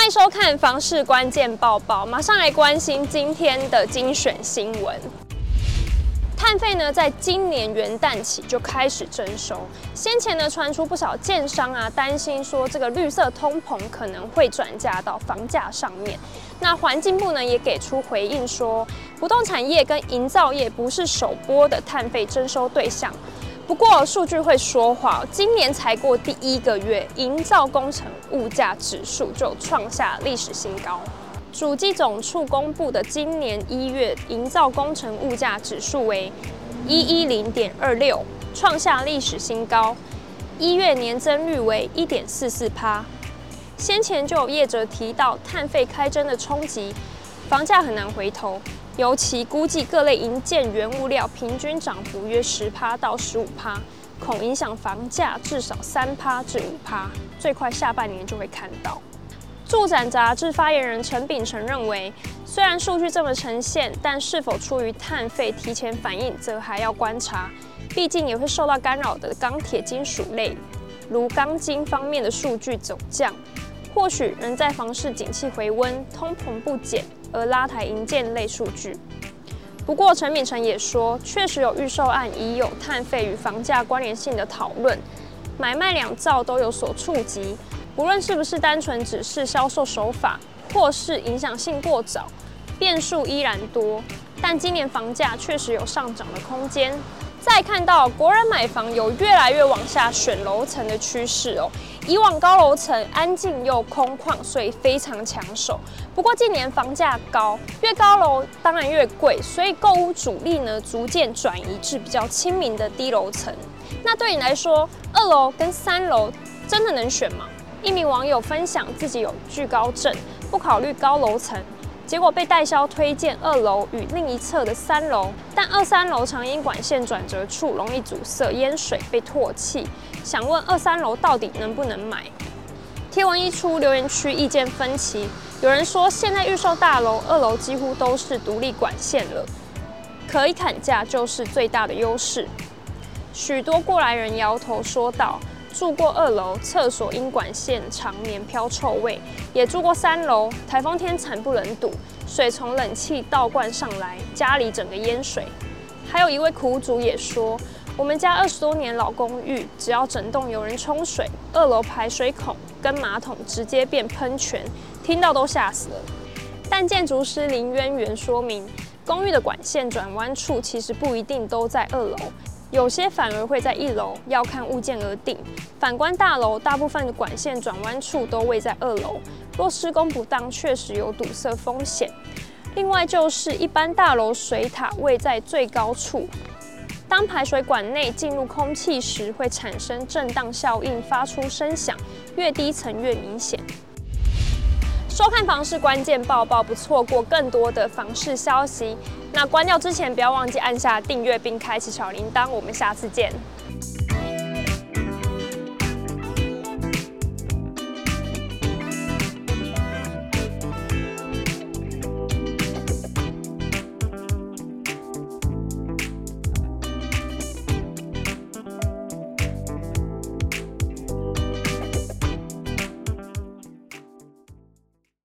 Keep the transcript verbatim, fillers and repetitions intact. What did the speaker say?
欢迎收看房市关键报报，马上来关心今天的精选新闻。碳费呢，在今年元旦起就开始征收。先前呢，传出不少建商啊，担心说这个绿色通膨可能会转嫁到房价上面。那环境部呢，也给出回应说，不动产业跟营造业不是首波的碳费征收对象。不过数据会说话，今年才过第一个月，营造工程物价指数就创下历史新高。主计总处公布的今年一月营造工程物价指数为一一零点二六，创下历史新高。一月年增率为一点四四趴。先前就有业者提到碳费开征的冲击，房价很难回头。尤其估计各类营建原物料平均涨幅约十趴到十五趴，恐影响房价至少三趴至五趴，最快下半年就会看到。住展杂志发言人陈秉承认为，虽然数据这么呈现，但是否出于碳费提前反应，则还要观察。毕竟也会受到干扰的钢铁金属类，如钢筋方面的数据走降，或许仍在房市景气回温、通膨不减而拉抬营建类数据。不过陈秉承也说，确实有预售案已有碳费与房价关联性的讨论，买卖两造都有所触及。不论是不是单纯只是销售手法，或是影响性过早，变数依然多。但今年房价确实有上涨的空间。再看到国人买房有越来越往下选楼层的趋势哦。以往高楼层安静又空旷，所以非常抢手。不过近年房价高，越高楼当然越贵，所以购屋主力呢逐渐转移至比较亲民的低楼层。那对你来说，二楼跟三楼真的能选吗？一名网友分享自己有惧高症，不考虑高楼层。结果被代销推荐二楼与另一侧的三楼，但二三楼常因管线转折处容易阻塞淹水被唾弃。想问二三楼到底能不能买？贴文一出，留言区意见分歧。有人说，现在预售大楼二楼几乎都是独立管线了，可以砍价就是最大的优势。许多过来人摇头说道。住过二楼，厕所因管线常年飘臭味；也住过三楼，台风天惨不忍睹，水从冷气倒灌上来，家里整个淹水。还有一位苦主也说，我们家二十多年老公寓，只要整栋有人冲水，二楼排水孔跟马桶直接变喷泉，听到都吓死了。但建筑师林渊源说明，公寓的管线转弯处其实不一定都在二楼。有些反而会在一楼，要看物件而定。反观大楼，大部分的管线转弯处都位在二楼，若施工不当，确实有堵塞风险。另外就是一般大楼水塔位在最高处，当排水管内进入空气时，会产生震荡效应，发出声响，越低层越明显。收看房市关键报报，不错过更多的房市消息。那关掉之前，不要忘记按下订阅并开启小铃铛。我们下次见。